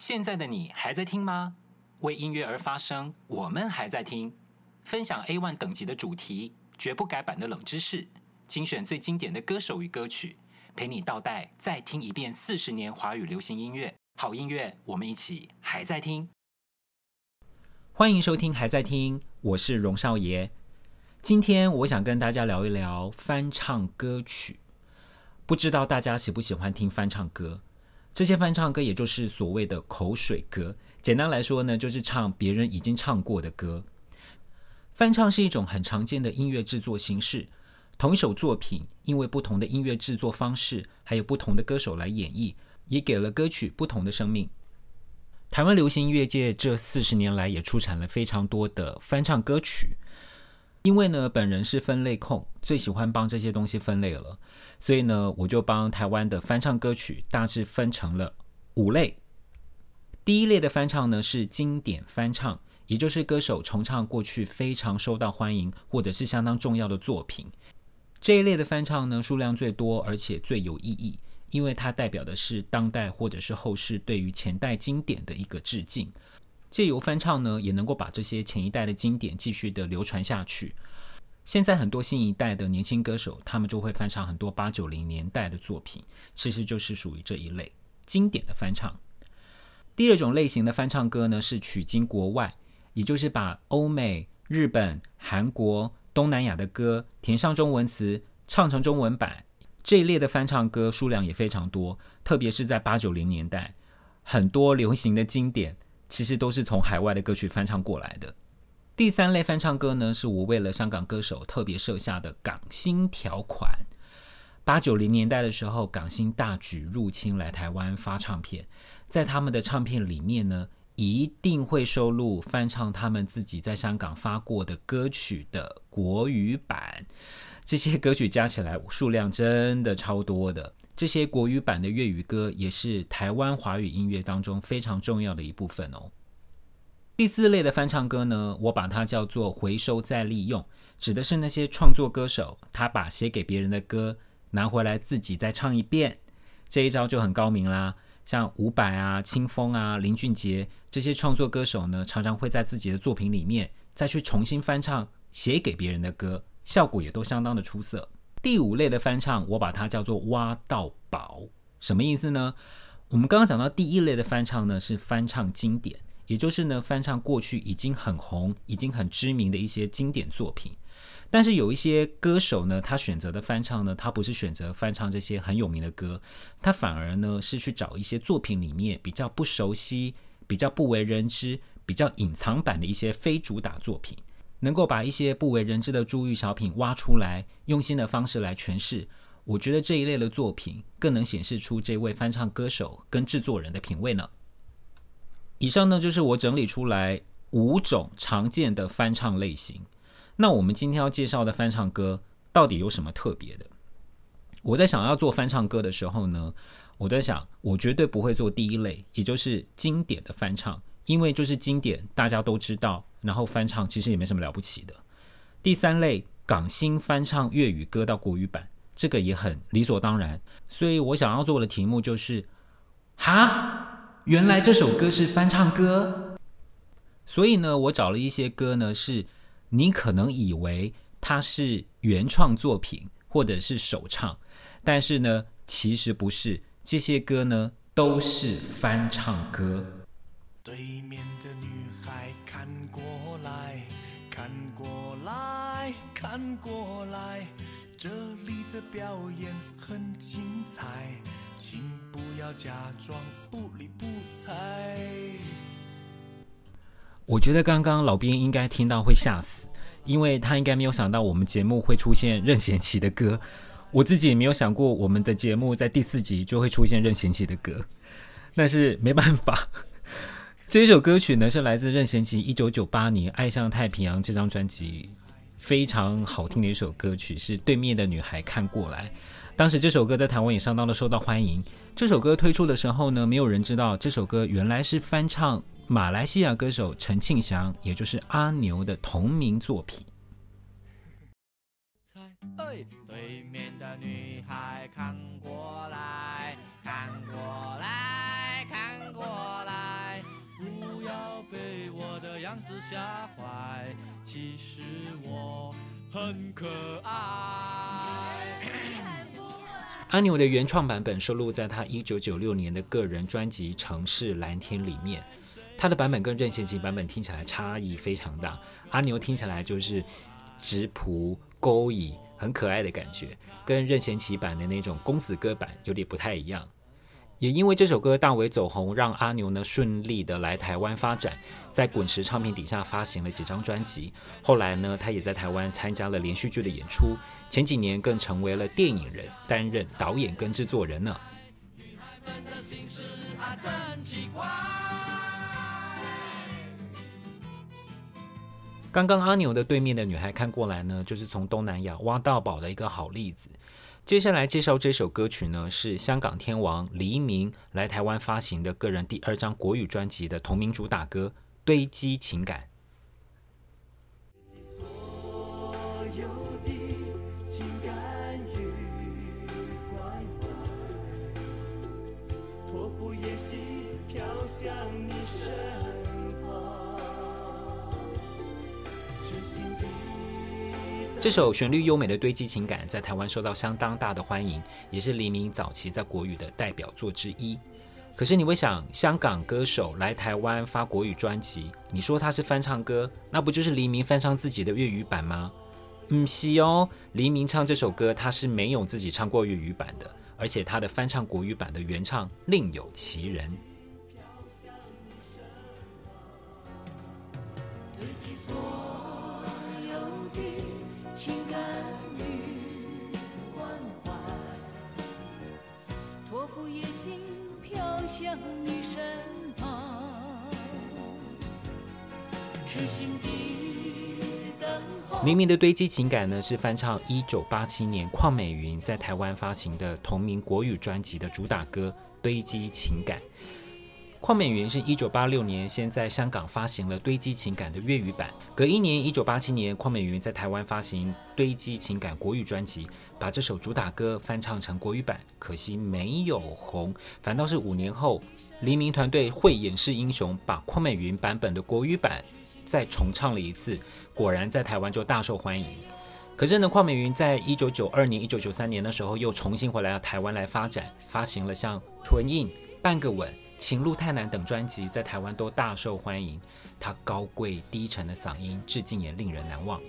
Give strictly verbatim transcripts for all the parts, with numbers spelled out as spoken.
现在的你还在听吗？为音乐而发声，我们还在听。分享 A 一 等级的主题，绝不改版的冷知识，精选最经典的歌手与歌曲，陪你倒带再听一遍四十年华语流行音乐。好音乐，我们一起还在听。欢迎收听还在听，我是荣少爷。今天我想跟大家聊一聊翻唱歌曲。不知道大家喜不喜欢听翻唱歌？这些翻唱歌也就是所谓的口水歌，简单来说呢，就是唱别人已经唱过的歌。翻唱是一种很常见的音乐制作形式，同一首作品因为不同的音乐制作方式，还有不同的歌手来演绎，也给了歌曲不同的生命。台湾流行音乐界这四十年来也出产了非常多的翻唱歌曲。因为呢，本人是分类控，最喜欢帮这些东西分类了，所以呢，我就帮台湾的翻唱歌曲大致分成了五类。第一类的翻唱呢是经典翻唱，也就是歌手重唱过去非常受到欢迎或者是相当重要的作品。这一类的翻唱呢数量最多，而且最有意义，因为它代表的是当代或者是后世对于前代经典的一个致敬。借由翻唱呢，也能够把这些前一代的经典继续的流传下去。现在很多新一代的年轻歌手，他们就会翻唱很多八九零年代的作品，其实就是属于这一类经典的翻唱。第二种类型的翻唱歌呢，是取经国外，也就是把欧美、日本、韩国、东南亚的歌填上中文词，唱成中文版。这一类的翻唱歌数量也非常多，特别是在八九零年代，很多流行的经典其实都是从海外的歌曲翻唱过来的。第三类翻唱歌呢，是我为了香港歌手特别设下的港星条款。八九零年代的时候，港星大举入侵来台湾发唱片，在他们的唱片里面呢，一定会收录翻唱他们自己在香港发过的歌曲的国语版。这些歌曲加起来数量真的超多的。这些国语版的粤语歌也是台湾华语音乐当中非常重要的一部分哦。第四类的翻唱歌呢，我把它叫做回收再利用，指的是那些创作歌手，他把写给别人的歌拿回来自己再唱一遍。这一招就很高明啦，像伍佰啊、青峰啊、林俊杰这些创作歌手呢，常常会在自己的作品里面再去重新翻唱写给别人的歌，效果也都相当的出色。第五类的翻唱，我把它叫做挖到宝。什么意思呢？我们刚刚讲到第一类的翻唱呢，是翻唱经典，也就是呢翻唱过去已经很红、已经很知名的一些经典作品。但是有一些歌手呢，他选择的翻唱呢，他不是选择翻唱这些很有名的歌，他反而呢是去找一些作品里面比较不熟悉、比较不为人知、比较隐藏版的一些非主打作品。能够把一些不为人知的珠玉小品挖出来，用新的方式来诠释，我觉得这一类的作品更能显示出这位翻唱歌手跟制作人的品味呢。以上呢就是我整理出来五种常见的翻唱类型。那我们今天要介绍的翻唱歌到底有什么特别的？我在想要做翻唱歌的时候呢，我在想我绝对不会做第一类，也就是经典的翻唱，因为就是经典大家都知道，然后翻唱其实也没什么了不起的。第三类，港星翻唱粤语歌到国语版，这个也很理所当然。所以我想要做的题目就是哈，原来这首歌是翻唱歌。所以呢，我找了一些歌呢，是你可能以为它是原创作品或者是首唱，但是呢其实不是，这些歌呢都是翻唱歌。 对面的女孩看过来，看过来，看过来，这里的表演很精彩，请不要假装不理不睬。 我觉得刚刚老编应该听到会吓死，因为他应该没有想到我们节目会出现任贤齐的歌。我自己也没有想过我们的节目在第四集就会出现任贤齐的歌，但是没办法。这首歌曲呢是来自任贤齐一九九八年《爱上太平洋》这张专辑非常好听的一首歌曲，是对面的女孩看过来。当时这首歌在台湾也相当的受到欢迎。这首歌推出的时候呢，没有人知道这首歌原来是翻唱马来西亚歌手陈庆祥，也就是阿牛的同名作品。 对面的女孩看过来，看过来，看过来， 吓坏，其实我很可爱。 阿牛的原创版本收录在他一九九六年的个人专辑《城市蓝天》里面。他的版本跟任贤齐版本听起来差异非常大，阿牛听起来就是直朴勾引很可爱的感觉，跟任贤齐版的那种公子哥版有点不太一样。也因为这首歌大为走红，让阿牛呢顺利的来台湾发展，在滚石唱片底下发行了几张专辑。后来呢，他也在台湾参加了连续剧的演出，前几年更成为了电影人，担任导演跟制作人呢。刚刚阿牛的对面的女孩看过来呢，就是从东南亚挖到宝的一个好例子。接下来介绍这首歌曲呢，是香港天王黎明来台湾发行的个人第二张国语专辑的同名主打歌《堆积情感》。 所有的情感与关怀，托付也许飘向你身旁，痴心的这首旋律优美的堆积情感在台湾受到相当大的欢迎，也是黎明早期在国语的代表作之一。可是你会想，香港歌手来台湾发国语专辑，你说他是翻唱歌，那不就是黎明翻唱自己的粤语版吗？不是哦，黎明唱这首歌他是没有自己唱过粤语版的，而且他的翻唱国语版的原唱另有其人。 堆积所有的情感与关怀，托付野心飘向你身旁，痴心的等候。 黎明的堆积情感呢，是翻唱一九八七年邝美云在台湾发行的同名国语专辑的主打歌《堆积情感》。邝美云是一九八六年先在香港发行了《堆积情感》的粤语版，隔一年一九八七年邝美云在台湾发行《堆积情感》国语专辑，把这首主打歌翻唱成国语版，可惜没有红，反倒是五年后黎明团队慧眼识英雄，把邝美云版本的国语版再重唱了一次，果然在台湾就大受欢迎。可是呢，邝美云在一九九二年、一九九三年的时候又重新回来到台湾来发展，发行了像《唇印》、《半个吻》、《情路太难》等专辑，在台湾都大受欢迎。她高贵低沉的嗓音，至今也令人难忘。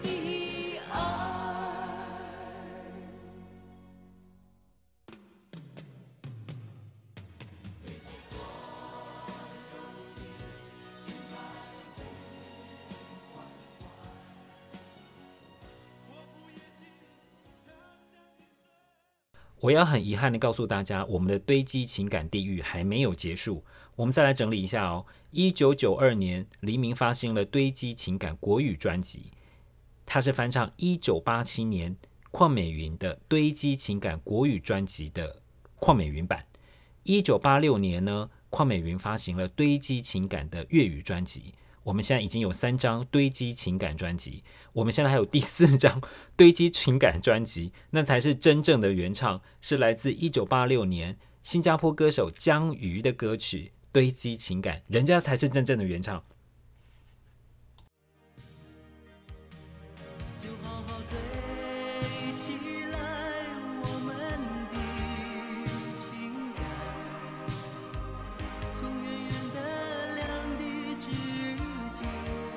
我要很遗憾的告诉大家，我们的堆积情感地狱还没有结束。我们再来整理一下哦。一九九二年，黎明发行了《堆积情感》国语专辑，他是翻唱一九八七年邝美云的《堆积情感》国语专辑的邝美云版。一九八六年呢，邝美云发行了《堆积情感》的粤语专辑。我们现在已经有三张堆积情感专辑，我们现在还有第四张堆积情感专辑，那才是真正的原唱，是来自一九八六年新加坡歌手江瑜的歌曲《堆积情感》，人家才是真正的原唱。 就好好堆起来我们的情感，从远远的两地之间，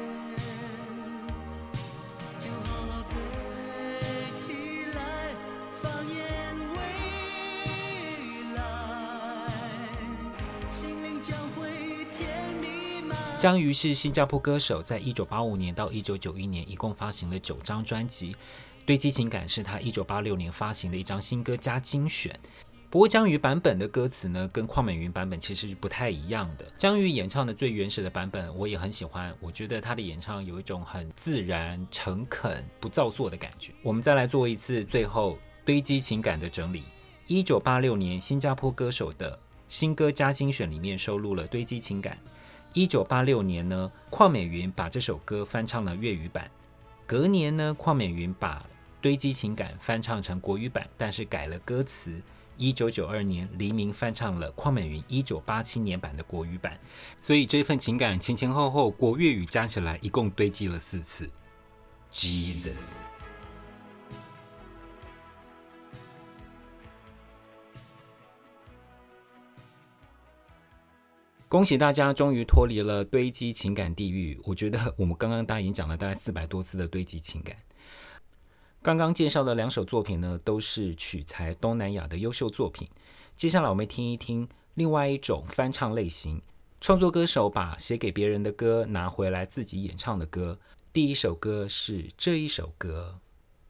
就好好堆起来，放眼未来，心灵将会甜蜜满。 江瑜是新加坡歌手，在一九八五年到一九九一年一共发行了九张专辑，《堆积情感》是他一九八六年发行的一张新歌加精选。不过江瑜版本的歌词呢，跟邝美云版本其实是不太一样的。江瑜演唱的最原始的版本我也很喜欢，我觉得他的演唱有一种很自然、诚恳、不造作的感觉。我们再来做一次最后堆积情感的整理。一九八六年新加坡歌手的新歌加精选里面收录了《堆积情感》。一九八六年呢，邝美云把这首歌翻唱了粤语版。隔年呢，邝美云把《堆积情感》翻唱成国语版，但是改了歌词。 一九九二年黎明翻唱了邝美云一九八七年版的国语版，所以这份情感前前后后国粤语加起来一共堆积了四次。 Jesus。 恭喜大家终于脱离了堆积情感地狱。我觉得我们刚刚大家已经讲了大概四百多次的堆积情感。刚刚介绍的两首作品呢，都是取材东南亚的优秀作品。接下来我们听一听另外一种翻唱类型，创作歌手把写给别人的歌拿回来自己演唱的歌。第一首歌是这一首歌。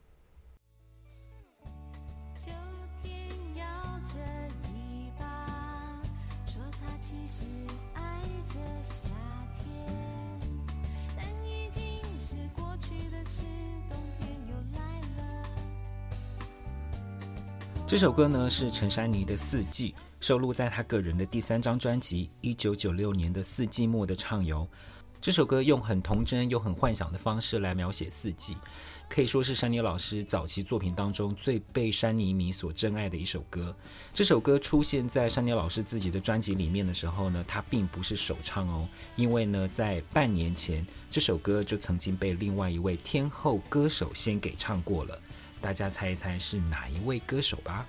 这首歌呢是陈珊妮的《四季》，收录在她个人的第三张专辑一九九六年的《四季末的畅游》。这首歌用很童真又很幻想的方式来描写四季，可以说是珊妮老师早期作品当中最被珊妮迷所珍爱的一首歌。这首歌出现在珊妮老师自己的专辑里面的时候呢，它并不是首唱哦，因为呢在半年前这首歌就曾经被另外一位天后歌手先给唱过了。大家猜一猜是哪一位歌手吧？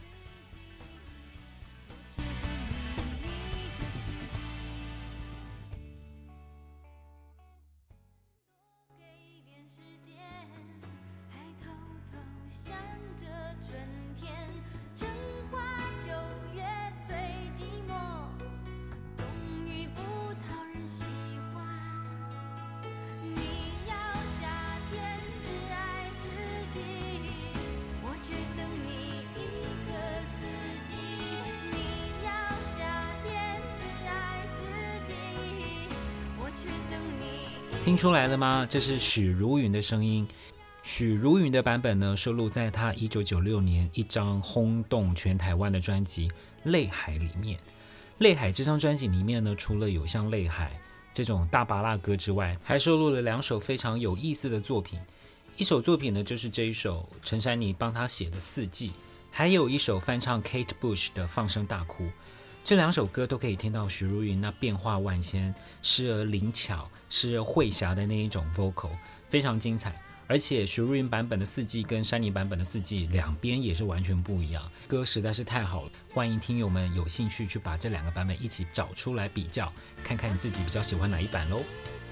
听出来了吗？这是许茹芸的声音。许茹芸的版本呢，收录在她一九九六年一张轰动全台湾的专辑《泪海》里面。《泪海》这张专辑里面呢，除了有像《泪海》这种大芭乐歌之外，还收录了两首非常有意思的作品。一首作品呢，就是这一首陈珊妮帮她写的《四季》，还有一首翻唱 Kate Bush 的《放声大哭》。这两首歌都可以听到许茹芸那变化万千、时而灵巧、时而慧侠的那一种 vocal， 非常精彩。而且许茹芸版本的《四季》跟珊妮版本的《四季》两边也是完全不一样，歌实在是太好了。欢迎听友们有兴趣去把这两个版本一起找出来比较，看看你自己比较喜欢哪一版咯。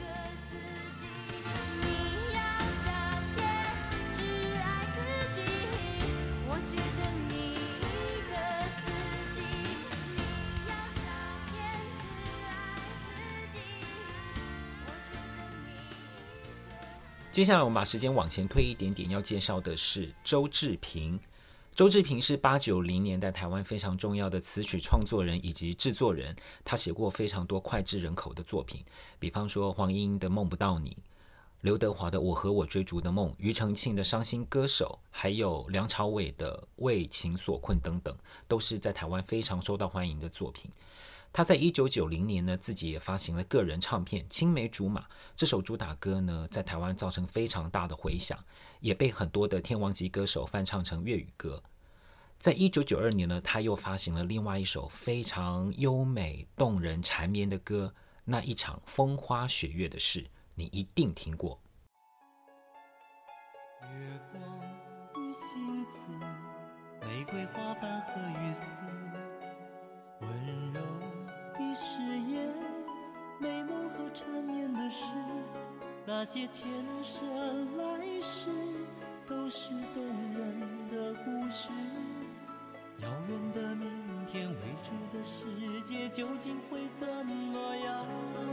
接下来我们把时间往前推一点点，要介绍的是周志平。周志平是八九零年代台湾非常重要的词曲创作人以及制作人，他写过非常多脍炙人口的作品，比方说黄莺莺的《梦不到你》，刘德华的《我和我追逐的梦》，庾澄庆的《伤心歌手》，还有梁朝伟的《为情所困》等等，都是在台湾非常受到欢迎的作品。他在一九九零年呢，自己也发行了个人唱片《青梅竹马》，这首主打歌呢，在台湾造成非常大的回响，也被很多的天王级歌手翻唱成粤语歌。在一九九二年呢，他又发行了另外一首非常优美动人缠绵的歌，那一场风花雪月的事，你一定听过。 月光与星子，玫瑰花瓣和雨丝，温柔的誓言，美梦和缠绵的事，那些前生来世都是动人的故事。遥远的明天，未知的世界究竟会怎么样？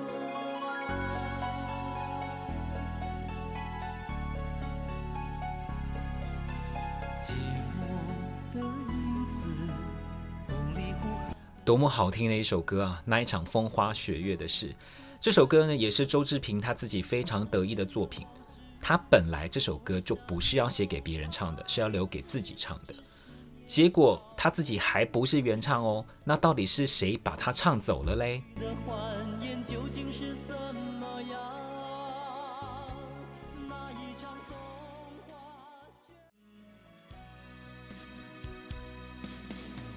寂寞的影子，风里呼喊。 多么好听的一首歌啊！那一场风花雪月的事。这首歌呢，也是周志平他自己非常得意的作品。他本来这首歌就不是要写给别人唱的，是要留给自己唱的。结果他自己还不是原唱哦，那到底是谁把他唱走了嘞？ 的欢颜究竟是怎么样？那一场风花雪。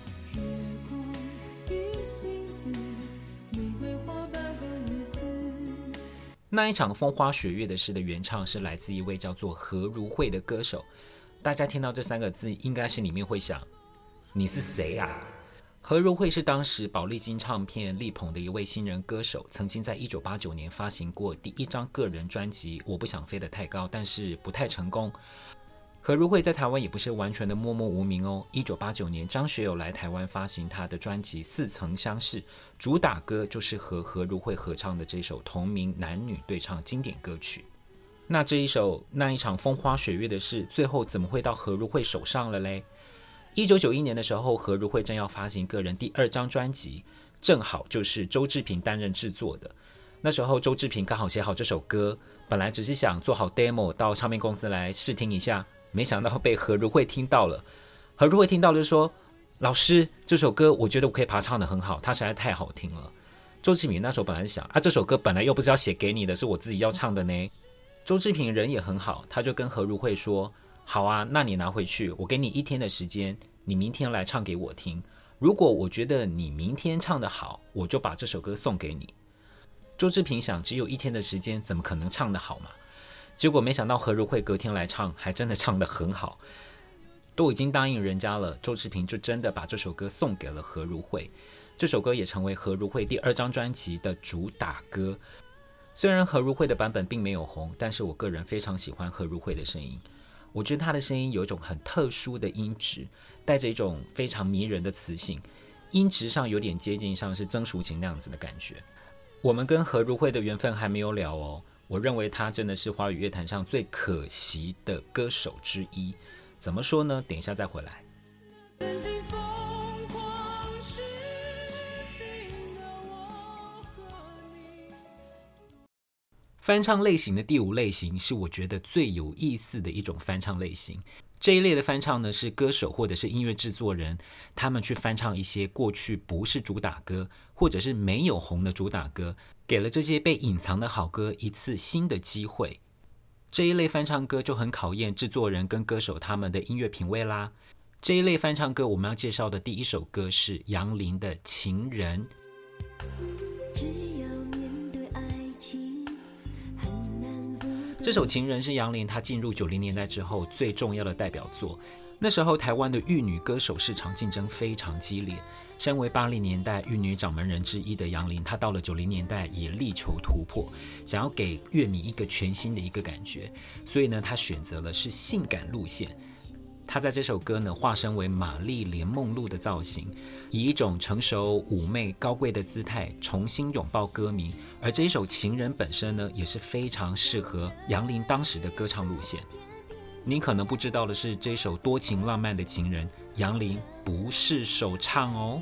那一场风花雪月的事的原唱是来自一位叫做何如慧的歌手。大家听到这三个字，应该是里面会想，你是谁啊？何如慧是当时宝丽金唱片力捧的一位新人歌手，曾经在一九八九年发行过第一张个人专辑《我不想飞得太高》，但是不太成功。何如慧在台湾也不是完全的默默无名哦。一九八九年，张学友来台湾发行他的专辑《似曾相识》，主打歌就是和何如慧合唱的这首同名男女对唱经典歌曲。那这一首那一场风花雪月的事，最后怎么会到何如慧手上了嘞？一九九一年的时候，何如慧正要发行个人第二张专辑，正好就是周志平担任制作的。那时候周志平刚好写好这首歌，本来只是想做好 demo 到唱片公司来试听一下，没想到被何如慧听到了。何如慧听到了就说，老师，这首歌我觉得我可以把它唱得很好，它实在太好听了。周志平那时候本来是想啊，这首歌本来又不是要写给你的，是我自己要唱的呢。周志平人也很好，他就跟何如慧说，好啊，那你拿回去，我给你一天的时间，你明天来唱给我听。如果我觉得你明天唱得好，我就把这首歌送给你。周志平想，只有一天的时间，怎么可能唱得好嘛？结果没想到何如慧隔天来唱，还真的唱得很好。都已经答应人家了，周志平就真的把这首歌送给了何如慧。这首歌也成为何如慧第二张专辑的主打歌。虽然何如慧的版本并没有红，但是我个人非常喜欢何如慧的声音。我觉得她的声音有一种很特殊的音质，带着一种非常迷人的磁性，音质上有点接近像是曾淑琴那样子的感觉。我们跟何如慧的缘分还没有了哦，我认为她真的是华语乐坛上最可惜的歌手之一。怎么说呢？等一下再回来。翻唱类型的第五类型是我觉得最有意思的一种翻唱类型。这一类的翻唱呢，是歌手或者是音乐制作人，他们去翻唱一些过去不是主打歌或者是没有红的主打歌，给了这些被隐藏的好歌一次新的机会。这一类翻唱歌就很考验制作人跟歌手他们的音乐品味啦。这一类翻唱歌我们要介绍的第一首歌是杨林的《情人》。这首《情人》是杨林他进入九零年代之后最重要的代表作。那时候台湾的玉女歌手市场竞争非常激烈，身为八零年代玉女掌门人之一的杨林，他到了九零年代也力求突破，想要给乐迷一个全新的一个感觉，所以呢，他选择了是性感路线。他在这首歌呢，化身为玛丽莲梦露的造型，以一种成熟妩媚高贵的姿态重新拥抱歌迷。而这一首《情人》本身呢，也是非常适合杨林当时的歌唱路线。你可能不知道的是，这首多情浪漫的《情人》，杨林不是首唱哦。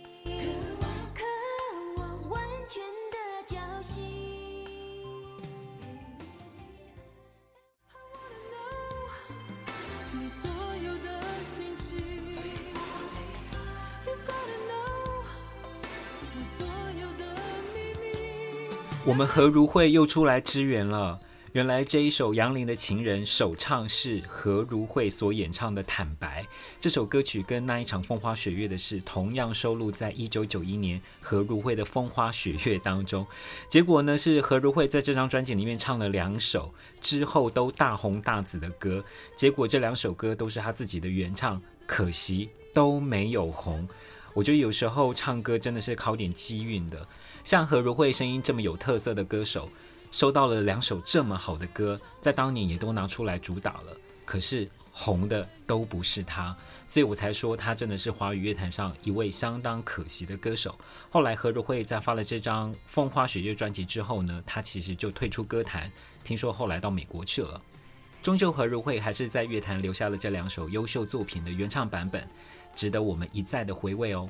我们何如慧又出来支援了。原来这一首杨林的《情人》首唱是何如慧所演唱的《坦白》。这首歌曲跟那一场风花雪月的事同样收录在一九九一年何如慧的《风花雪月》当中。结果呢，是何如慧在这张专辑里面唱了两首之后都大红大紫的歌，结果这两首歌都是她自己的原唱，可惜都没有红。我觉得有时候唱歌真的是靠点机运的。像何如慧声音这么有特色的歌手，收到了两首这么好的歌，在当年也都拿出来主打了，可是红的都不是他，所以我才说他真的是华语乐坛上一位相当可惜的歌手。后来何如慧在发了这张《风花雪月》专辑之后呢，他其实就退出歌坛，听说后来到美国去了。终究何如慧还是在乐坛留下了这两首优秀作品的原唱版本，值得我们一再的回味哦。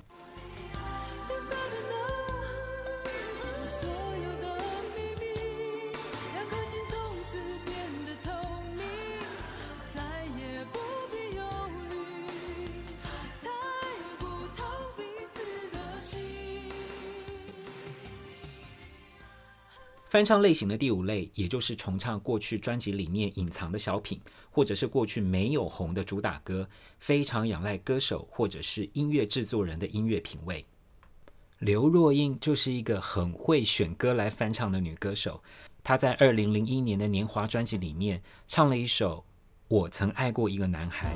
翻唱类型的第五类，也就是重唱过去专辑里面隐藏的小品，或者是过去没有红的主打歌，非常仰赖歌手或者是音乐制作人的音乐品味。刘若英就是一个很会选歌来翻唱的女歌手， 他在二零零一年的年华专辑里面唱了一首《我曾爱过一个男孩》。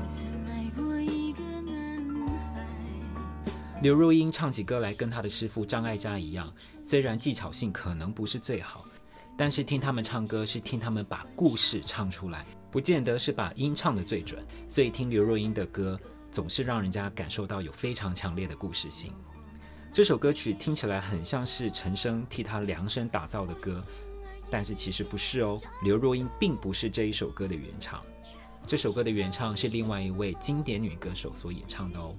刘若英唱起歌来跟她的师父张艾嘉一样，虽然技巧性可能不是最好，但是听他们唱歌是听他们把故事唱出来，不见得是把音唱得最准，所以听刘若英的歌总是让人家感受到有非常强烈的故事性。这首歌曲听起来很像是陈升替他量身打造的歌，但是其实不是哦，刘若英并不是这一首歌的原唱，这首歌的原唱是另外一位经典女歌手所演唱的哦。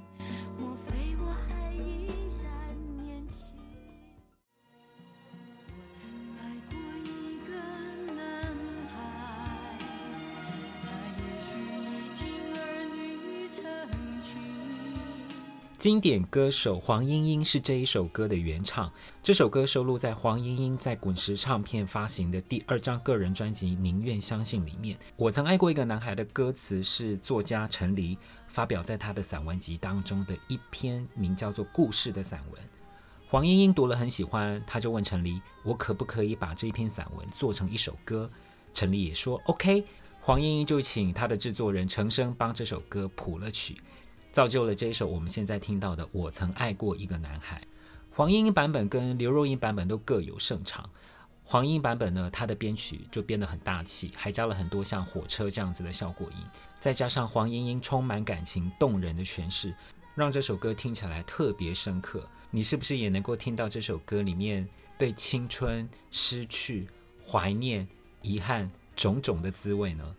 经典歌手黄莺莺是这一首歌的原唱，这首歌收录在黄莺莺在滚石唱片发行的第二张个人专辑《宁愿相信》里面。我曾爱过一个男孩的歌词是作家陈黎发表在他的散文集当中的一篇名叫做《故事》的散文。黄莺莺读了很喜欢，他就问陈黎，我可不可以把这一篇散文做成一首歌？陈黎也说 OK， 黄莺莺就请他的制作人程生帮这首歌谱了曲，造就了这一首我们现在听到的《我曾爱过一个男孩》。黄莺莺版本跟刘若英版本都各有盛长。黄莺莺版本呢，它的编曲就编得很大气，还加了很多像火车这样子的效果音，再加上黄莺莺充满感情动人的诠释，让这首歌听起来特别深刻。你是不是也能够听到这首歌里面对青春、失去、怀念、遗憾种种的滋味呢？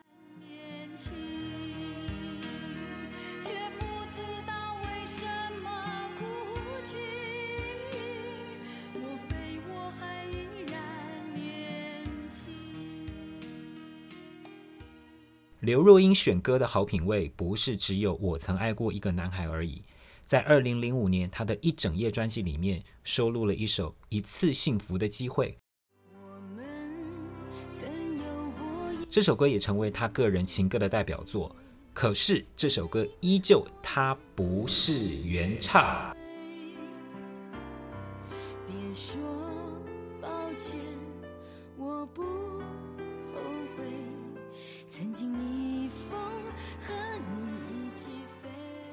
刘若英选歌的好品味不是只有我曾爱过一个男孩而已，在二零零五年她的一整页专辑里面收录了一首一次幸福的机会，这首歌也成为她个人情歌的代表作，可是这首歌依旧她不是原唱。 别说抱歉，我不后悔，曾经逆风和你一起飞，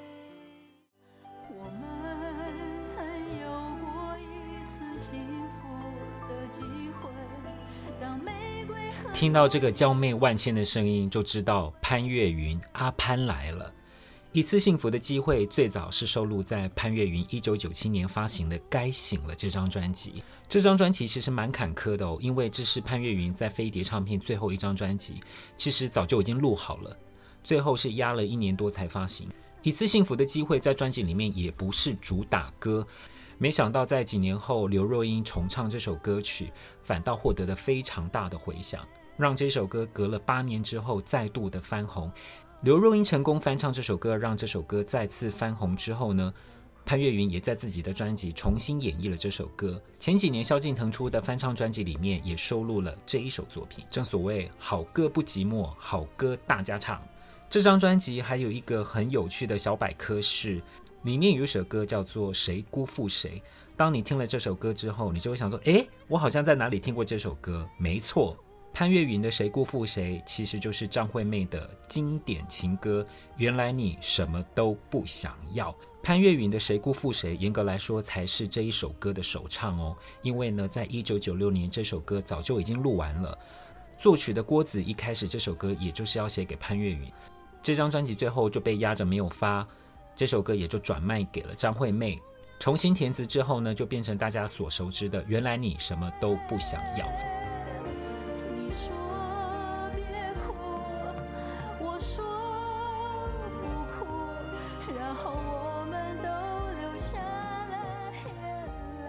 我们曾有过一次幸福的机会，当玫瑰和听到这个娇媚万千的声音，就知道潘越云阿潘来了。一次幸福的机会最早是收录在潘越云一九九七年发行的《该醒了》这张专辑。这张专辑其实蛮坎坷的哦，因为这是潘越云在飞碟唱片最后一张专辑，其实早就已经录好了，最后是压了一年多才发行。一次幸福的机会在专辑里面也不是主打歌，没想到在几年后刘若英重唱这首歌曲，反倒获得了非常大的回响，让这首歌隔了八年之后再度的翻红。刘若英成功翻唱这首歌，让这首歌再次翻红之后呢，潘越云也在自己的专辑重新演绎了这首歌。前几年萧敬腾出的翻唱专辑里面也收录了这一首作品。正所谓好歌不寂寞，好歌大家唱。这张专辑还有一个很有趣的小百科是，里面有一首歌叫做《谁辜负谁》。当你听了这首歌之后，你就会想说，诶，我好像在哪里听过这首歌。没错，潘越云的《谁辜负谁》其实就是张惠妹的经典情歌《原来你什么都不想要》。潘越云的《谁辜负谁》严格来说才是这一首歌的首唱哦，因为呢，在一九九六年这首歌早就已经录完了。作曲的郭子一开始这首歌也就是要写给潘越云，这张专辑最后就被压着没有发，这首歌也就转卖给了张惠妹。重新填词之后呢，就变成大家所熟知的《原来你什么都不想要》。 你说别哭，我说不哭，然后我们都流下了眼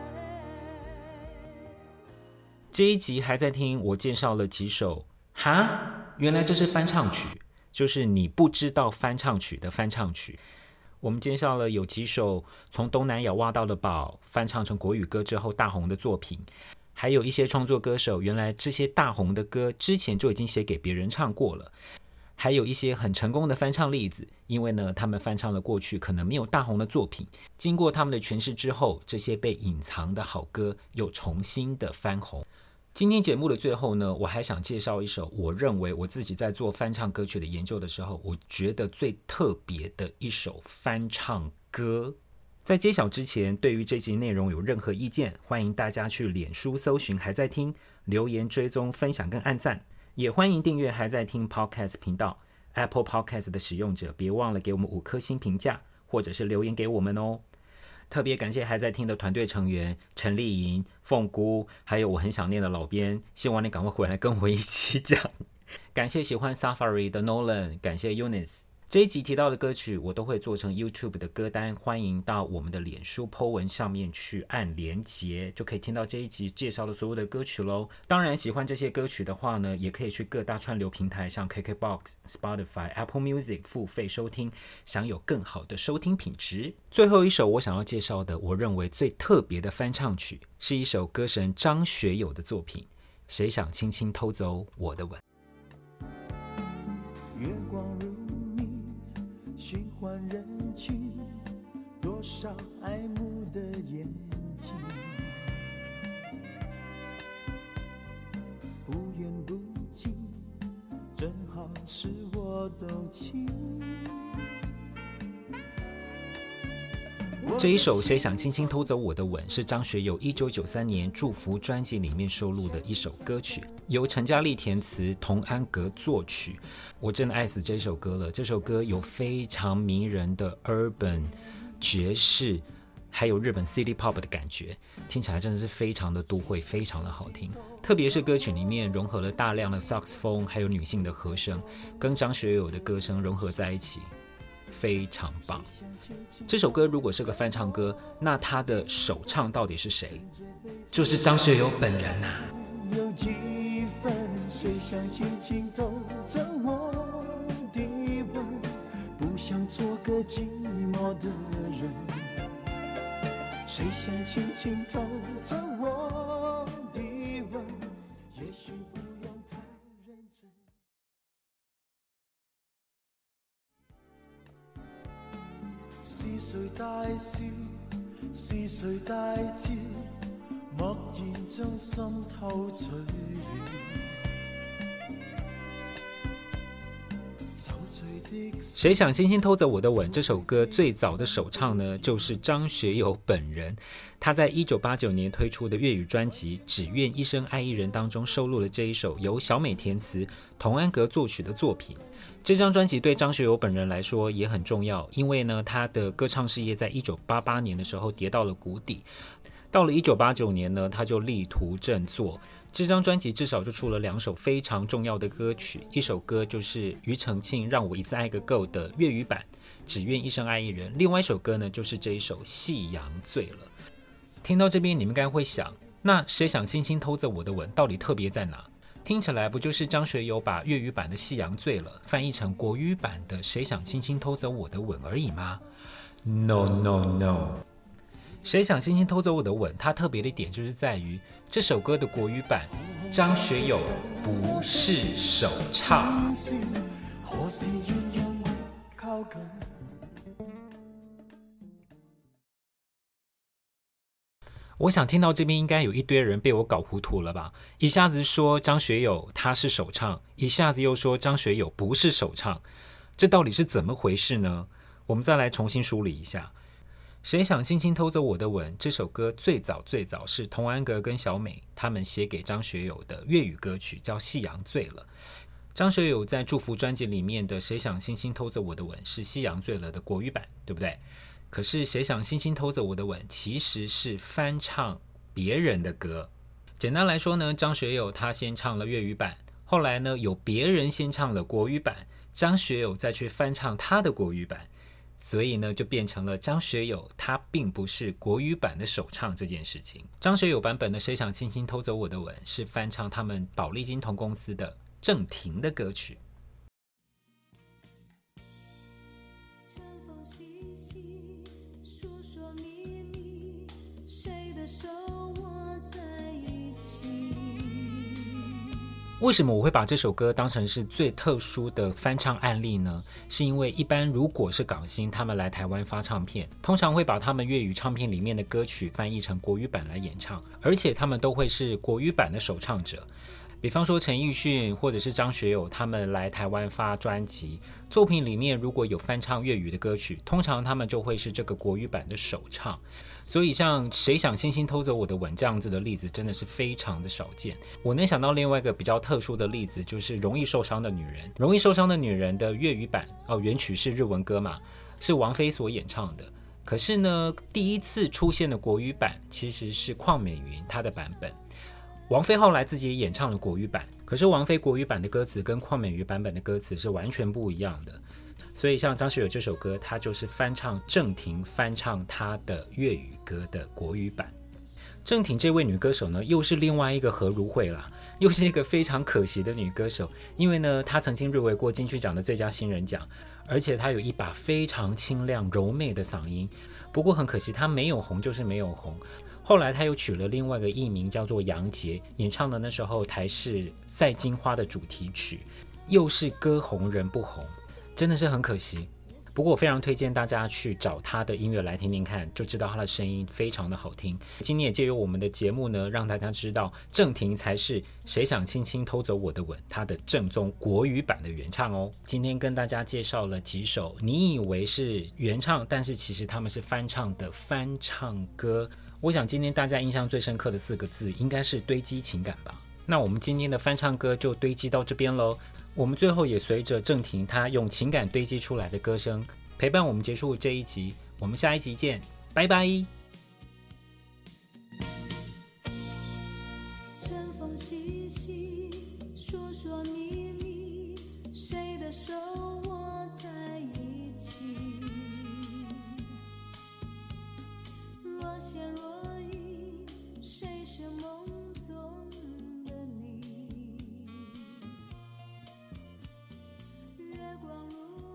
泪。 这一集还在听我介绍了几首，哈，原来这是翻唱曲，就是你不知道翻唱曲的翻唱曲。我们介绍了有几首从东南亚挖到的宝翻唱成国语歌之后大红的作品，还有一些创作歌手原来这些大红的歌之前就已经写给别人唱过了，还有一些很成功的翻唱例子，因为呢他们翻唱了过去可能没有大红的作品，经过他们的诠释之后，这些被隐藏的好歌又重新的翻红。 今天节目的最后呢，我还想介绍一首我认为我自己在做翻唱歌曲的研究的时候，我觉得最特别的一首翻唱歌。在揭晓之前，对于这集内容有任何意见，欢迎大家去脸书搜寻还在听，留言追踪分享跟按赞，也欢迎订阅还在听 Podcast 频道。 Apple Podcast 的使用者别忘了给我们五颗星评价，或者是留言给我们哦。特别感谢还在听的团队成员陈丽莹、凤姑，还有我很想念的老编，希望你赶快回来跟我一起讲。感谢喜欢 Safari 的 Nolan， 感谢 Eunice。这一集提到的歌曲我都会做成 YouTube 的歌单，欢迎到我们的脸书 po 文上面去按连结，就可以听到这一集介绍的所有的歌曲咯。当然喜欢这些歌曲的话呢，也可以去各大串流平台像 K K B O X、 Spotify、 Apple Music 付费收听，享有更好的收听品质。最后一首我想要介绍的我认为最特别的翻唱曲，是一首歌神张学友的作品，谁想轻轻偷走我的吻。 月光如你，虚幻人群，多少爱慕的眼睛，不远不近，正好是我都情。 这一首谁想轻轻偷走我的吻是张学友一九九三年祝福专辑里面收录的一首歌曲，由陈嘉丽填词，童安格作曲。我真的爱死这首歌了，这首歌有非常迷人的 urban 爵士还有日本 City Pop 的感觉，听起来真的是非常的都会，非常的好听。特别是歌曲里面融合了大量的萨克斯风还有女性的和声，跟张学友的歌声融合在一起，非常棒。这首歌如果是个翻唱歌，那他的首唱到底是谁？就是张学友本人啊。 有几分谁想轻轻偷走我的吻，不想做个寂寞的人，谁想轻轻偷走我的吻，也许不用太认真。是谁大笑，是谁大叫，默然將心偷取了。 谁想轻轻偷走我的吻这首歌最早的首唱呢，就是张学友本人。他在一九八九年推出的粤语专辑《只愿一生爱一人》当中收录了这一首由小美填词、童安格作曲的作品。这张专辑对张学友本人来说也很重要，因为呢，他的歌唱事业在一九八八年的时候跌到了谷底。到了一九八九年呢，他就力图振作。这张专辑至少就出了两首非常重要的歌曲，一首歌就是庾澄庆《让我一次爱个够》的粤语版《只愿一生爱一人》，另外一首歌呢就是这一首《夕阳醉了》。听到这边你们应该会想，那谁想轻轻偷走我的吻到底特别在哪？听起来不就是张学友把粤语版的《夕阳醉了》翻译成国语版的《谁想轻轻偷走我的吻》而已吗？ No no no， 谁想轻轻偷走我的吻它特别的点就是在于这首歌的国语版张学友不是首唱。我想听到这边应该有一堆人被我搞糊涂了吧，一下子说张学友他是首唱，一下子又说张学友不是首唱，这到底是怎么回事呢？我们再来重新梳理一下。谁想轻轻偷走我的吻这首歌最早最早是童安格跟小美他们写给张学友的粤语歌曲，叫《夕阳醉了》。张学友在祝福专辑里面的谁想轻轻偷走我的吻是《夕阳醉了》的国语版，对不对？可是谁想轻轻偷走我的吻其实是翻唱别人的歌。简单来说呢，张学友他先唱了粤语版，后来呢有别人先唱了国语版，张学友再去翻唱他的国语版，所以呢就变成了张学友他并不是国语版的首唱这件事情。张学友版本的谁想轻轻偷走我的吻是翻唱他们宝丽金同公司的郑婷的歌曲。 为什么我会把这首歌当成是最特殊的翻唱案例呢？是因为一般如果是港星他们来台湾发唱片，通常会把他们粤语唱片里面的歌曲翻译成国语版来演唱，而且他们都会是国语版的首唱者。比方说陈奕迅或者是张学友他们来台湾发专辑，作品里面如果有翻唱粤语的歌曲，通常他们就会是这个国语版的首唱。所以像谁想轻轻偷走我的吻这样子的例子真的是非常的少见。我能想到另外一个比较特殊的例子，就是容易受伤的女人。容易受伤的女人的粤语版哦，原曲是日文歌嘛，是王菲所演唱的。可是呢，第一次出现的国语版其实是邝美云她的版本。王菲后来自己也演唱了国语版，可是王菲国语版的歌词跟邝美云版本的歌词是完全不一样的。所以像张学友这首歌，他就是翻唱郑婷翻唱他的粤语歌的国语版。郑婷这位女歌手呢，又是另外一个何如慧啦，又是一个非常可惜的女歌手。因为呢，她曾经入围过金曲奖的最佳新人奖，而且她有一把非常清亮柔媚的嗓音。不过很可惜，她没有红就是没有红。后来她又取了另外一个艺名叫做杨洁，演唱的那时候台视赛金花的主题曲，又是歌红人不红，真的是很可惜。不过我非常推荐大家去找他的音乐来听听看，就知道他的声音非常的好听。今天也借由我们的节目呢，让大家知道郑婷才是谁想轻轻偷走我的吻他的正宗国语版的原唱哦。今天跟大家介绍了几首你以为是原唱，但是其实他们是翻唱的翻唱歌。我想今天大家印象最深刻的四个字应该是堆积情感吧。那我们今天的翻唱歌就堆积到这边咯。我们最后也随着郑婷她用情感堆积出来的歌声陪伴我们结束这一集，我们下一集见，拜拜。 春风习习，说说秘密，谁的手握在一起？若现若隐，谁是梦中的你？月光如